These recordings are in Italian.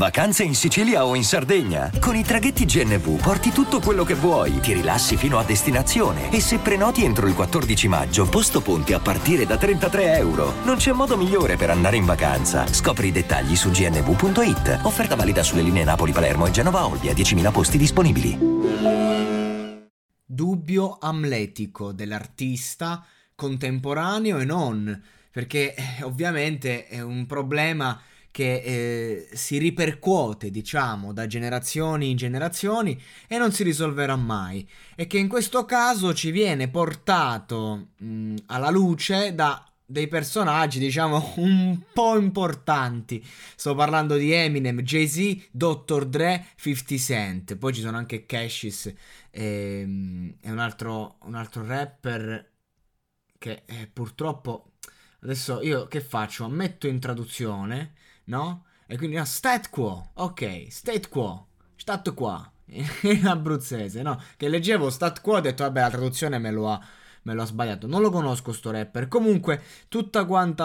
Vacanze in Sicilia o in Sardegna? Con i traghetti GNV porti tutto quello che vuoi, ti rilassi fino a destinazione e se prenoti entro il 14 maggio, posto ponti a partire da €33. Non c'è modo migliore per andare in vacanza. Scopri i dettagli su gnv.it. Offerta valida sulle linee Napoli-Palermo e Genova-Olbia, 10.000 posti disponibili. Dubbio amletico dell'artista contemporaneo e non, perché ovviamente è un problema che si ripercuote, diciamo, da generazioni in generazioni e non si risolverà mai, e che in questo caso ci viene portato alla luce da dei personaggi, diciamo, un po' importanti. Sto parlando di Eminem, Jay-Z, Dr. Dre, 50 Cent. Poi ci sono anche Cassius e un altro rapper che purtroppo adesso io che faccio? Metto in traduzione, no? E quindi no, stat quo, ok, state quo, stat qua, in abruzzese, no? Che leggevo stat quo, ho detto vabbè la traduzione me lo ha sbagliato, non lo conosco sto rapper. Comunque tutta quanta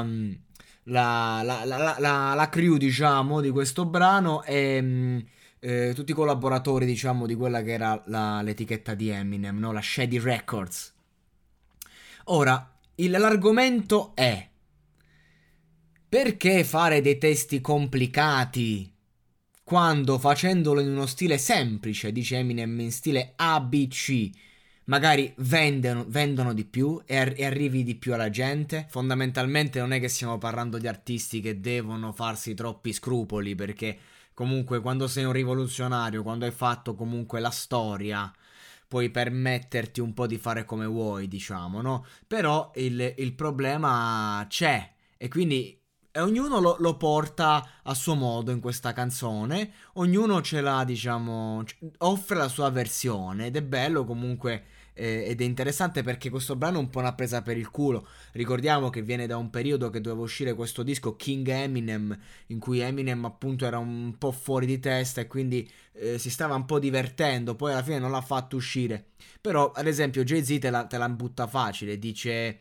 la crew, diciamo, di questo brano e tutti i collaboratori, diciamo, di quella che era l'etichetta di Eminem, no? La Shady Records. Ora, l'argomento è: perché fare dei testi complicati quando facendolo in uno stile semplice, dice Eminem, in stile ABC, magari vendono di più e arrivi di più alla gente? Fondamentalmente non è che stiamo parlando di artisti che devono farsi troppi scrupoli, perché comunque quando sei un rivoluzionario, quando hai fatto comunque la storia, puoi permetterti un po' di fare come vuoi, diciamo, no? Però il problema c'è, e quindi ognuno lo porta a suo modo in questa canzone, ognuno ce l'ha, diciamo, offre la sua versione, ed è bello comunque, ed è interessante perché questo brano è un po' una presa per il culo. Ricordiamo che viene da un periodo che doveva uscire questo disco King Eminem, in cui Eminem appunto era un po' fuori di testa e quindi si stava un po' divertendo, poi alla fine non l'ha fatto uscire. Però ad esempio Jay-Z te la butta facile, dice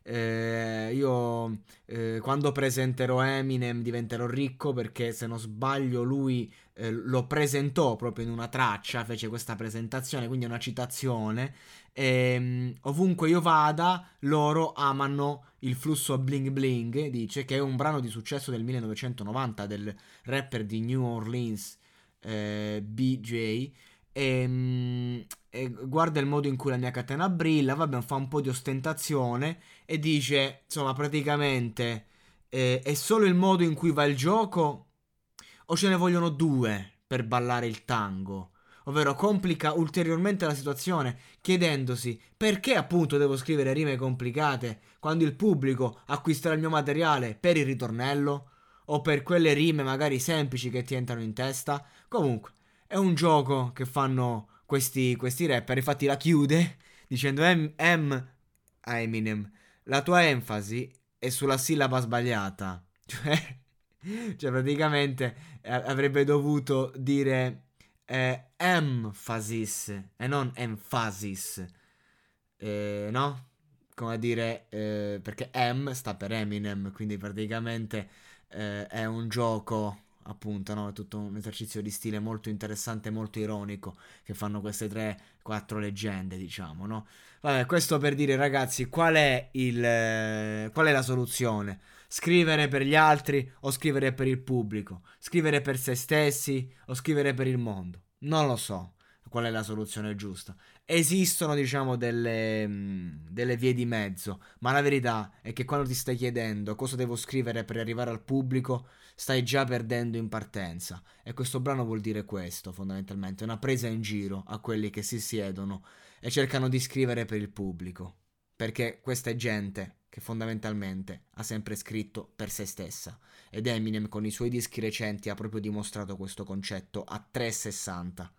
io quando presenterò Eminem diventerò ricco, perché se non sbaglio lui lo presentò proprio in una traccia, fece questa presentazione, quindi è una citazione. Ovunque io vada loro amano il flusso a bling bling, dice, che è un brano di successo del 1990 del rapper di New Orleans, BJ. E guarda il modo in cui la mia catena brilla, vabbè, fa un po' di ostentazione e dice, insomma, praticamente è solo il modo in cui va il gioco o ce ne vogliono due per ballare il tango? Ovvero complica ulteriormente la situazione, chiedendosi perché appunto devo scrivere rime complicate quando il pubblico acquisterà il mio materiale per il ritornello o per quelle rime magari semplici che ti entrano in testa. Comunque è un gioco che fanno questi rapper. Infatti la chiude dicendo a Eminem, la tua enfasi è sulla sillaba sbagliata. Cioè praticamente avrebbe dovuto dire emphasis e non emphasis, no? Come a dire, perché M sta per Eminem, quindi praticamente è un gioco, appunto, no? È tutto un esercizio di stile molto interessante, molto ironico, che fanno queste 3-4 leggende, diciamo, no? Vabbè, questo per dire, ragazzi, qual è la soluzione? Scrivere per gli altri o scrivere per il pubblico? Scrivere per se stessi o scrivere per il mondo? Non lo so qual è la soluzione giusta. Esistono, diciamo, delle vie di mezzo, ma la verità è che quando ti stai chiedendo cosa devo scrivere per arrivare al pubblico, stai già perdendo in partenza. E questo brano vuol dire questo, fondamentalmente, una presa in giro a quelli che si siedono e cercano di scrivere per il pubblico. Perché questa è gente che fondamentalmente ha sempre scritto per se stessa. Ed Eminem con i suoi dischi recenti ha proprio dimostrato questo concetto a 360.